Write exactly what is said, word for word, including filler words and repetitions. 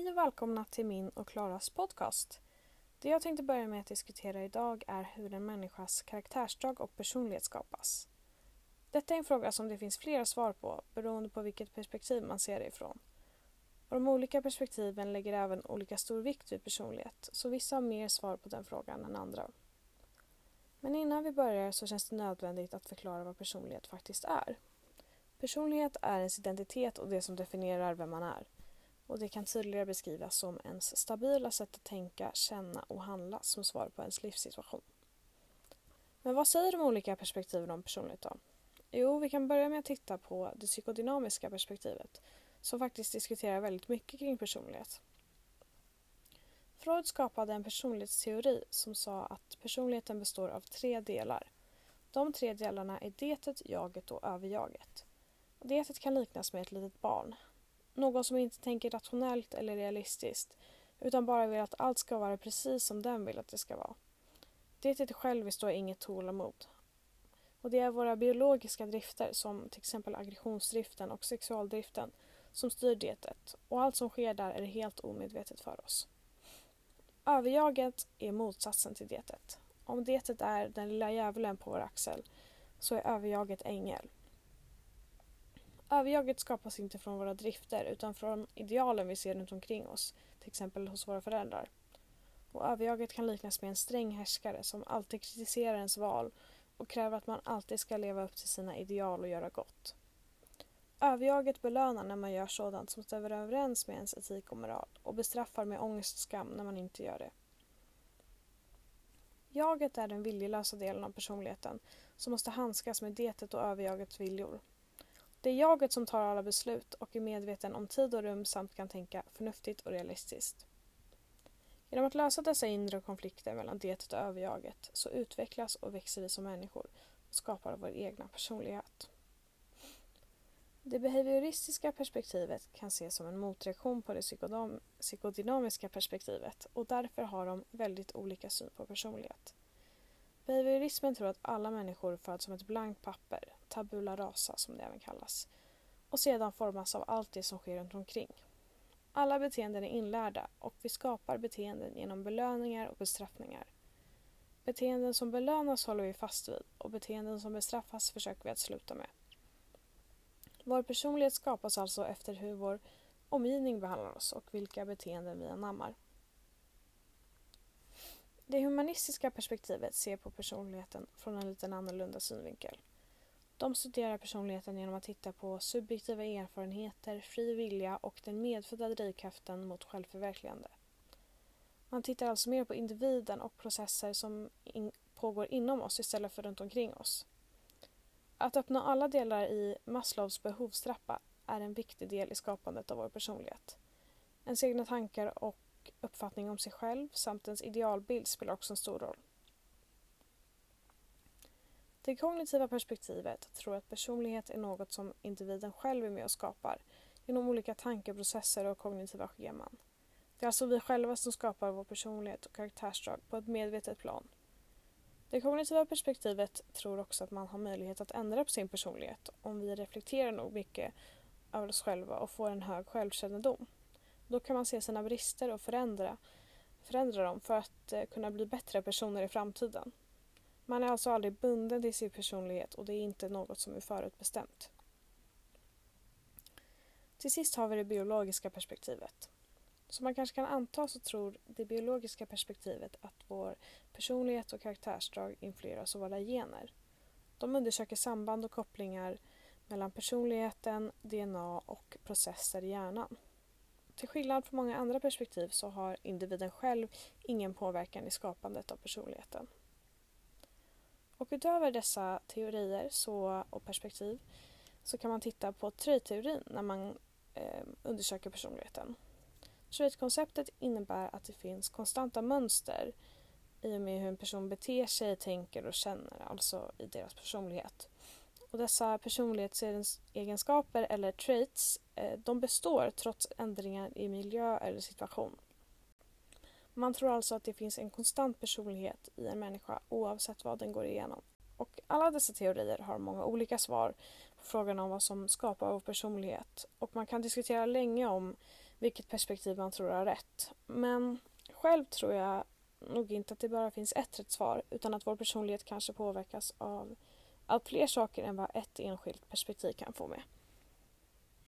Hej och välkomna till min och Klaras podcast. Det jag tänkte börja med att diskutera idag är hur en människas karaktärsdrag och personlighet skapas. Detta är en fråga som det finns flera svar på beroende på vilket perspektiv man ser det ifrån. Och de olika perspektiven lägger även olika stor vikt vid personlighet, så vissa har mer svar på den frågan än andra. Men innan vi börjar så känns det nödvändigt att förklara vad personlighet faktiskt är. Personlighet är ens identitet och det som definierar vem man är. Och det kan tydligare beskrivas som ens stabila sätt att tänka, känna och handla som svar på ens livssituation. Men vad säger de olika perspektiven om personlighet då? Jo, vi kan börja med att titta på det psykodynamiska perspektivet som faktiskt diskuterar väldigt mycket kring personlighet. Freud skapade en personlighetsteori som sa att personligheten består av tre delar. De tre delarna är detet, jaget och överjaget. Detet kan liknas med ett litet barn. Någon som inte tänker rationellt eller realistiskt utan bara vill att allt ska vara precis som den vill att det ska vara. Detet själviskt har inget tålamod. Och det är våra biologiska drifter som till exempel aggressionsdriften och sexualdriften som styr detet och allt som sker där är helt omedvetet för oss. Överjaget är motsatsen till detet. Om detet är den lilla djävulen på vår axel så är överjaget ängel. Överjaget skapas inte från våra drifter utan från idealen vi ser runt omkring oss, till exempel hos våra föräldrar. Och överjaget kan liknas med en sträng härskare som alltid kritiserar ens val och kräver att man alltid ska leva upp till sina ideal och göra gott. Överjaget belönar när man gör sådant som stämmer överens med ens etik och moral och bestraffar med ångest och skam när man inte gör det. Jaget är den viljelösa delen av personligheten som måste handskas med detet och överjagets viljor. Det är jaget som tar alla beslut och är medveten om tid och rum samt kan tänka förnuftigt och realistiskt. Genom att lösa dessa inre konflikter mellan detet och överjaget så utvecklas och växer vi som människor och skapar vår egna personlighet. Det behavioristiska perspektivet kan ses som en motreaktion på det psykodam- psykodynamiska perspektivet och därför har de väldigt olika syn på personlighet. Behaviorismen tror att alla människor föds som ett blankt papper, tabula rasa som det även kallas, och sedan formas av allt det som sker runt omkring. Alla beteenden är inlärda och vi skapar beteenden genom belöningar och bestraffningar. Beteenden som belönas håller vi fast vid och beteenden som bestraffas försöker vi att sluta med. Vår personlighet skapas alltså efter hur vår omgivning behandlar oss och vilka beteenden vi anammar. Det humanistiska perspektivet ser på personligheten från en liten annorlunda synvinkel. De studerar personligheten genom att titta på subjektiva erfarenheter, fri vilja och den medfödda drivkraften mot självförverkligande. Man tittar alltså mer på individen och processer som in- pågår inom oss istället för runt omkring oss. Att öppna alla delar i Maslows behovstrappa är en viktig del i skapandet av vår personlighet. Ens egna tankar och uppfattning om sig själv samt ens idealbild spelar också en stor roll. Det kognitiva perspektivet tror att personlighet är något som individen själv är med och skapar genom olika tankeprocesser och kognitiva scheman. Det är alltså vi själva som skapar vår personlighet och karaktärsdrag på ett medvetet plan. Det kognitiva perspektivet tror också att man har möjlighet att ändra på sin personlighet om vi reflekterar nog mycket över oss själva och får en hög självkännedom. Då kan man se sina brister och förändra, förändra dem för att eh, kunna bli bättre personer i framtiden. Man är alltså aldrig bunden till sin personlighet och det är inte något som är förutbestämt. Till sist har vi det biologiska perspektivet. Som man kanske kan anta så tror det biologiska perspektivet att vår personlighet och karaktärsdrag influeras av våra gener. De undersöker samband och kopplingar mellan personligheten, D N A och processer i hjärnan. Till skillnad från många andra perspektiv så har individen själv ingen påverkan i skapandet av personligheten. Och utöver dessa teorier så, och perspektiv så kan man titta på trait-teorin när man eh, undersöker personligheten. Trait-konceptet innebär att det finns konstanta mönster i och med hur en person beter sig, tänker och känner, alltså i deras personlighet. Och dessa personlighetsegenskaper eller traits, eh, de består trots ändringar i miljö eller situation. Man tror alltså att det finns en konstant personlighet i en människa oavsett vad den går igenom. Och alla dessa teorier har många olika svar på frågan om vad som skapar vår personlighet. Och man kan diskutera länge om vilket perspektiv man tror är rätt. Men själv tror jag nog inte att det bara finns ett rätt svar, utan att vår personlighet kanske påverkas av allt fler saker än vad ett enskilt perspektiv kan få med.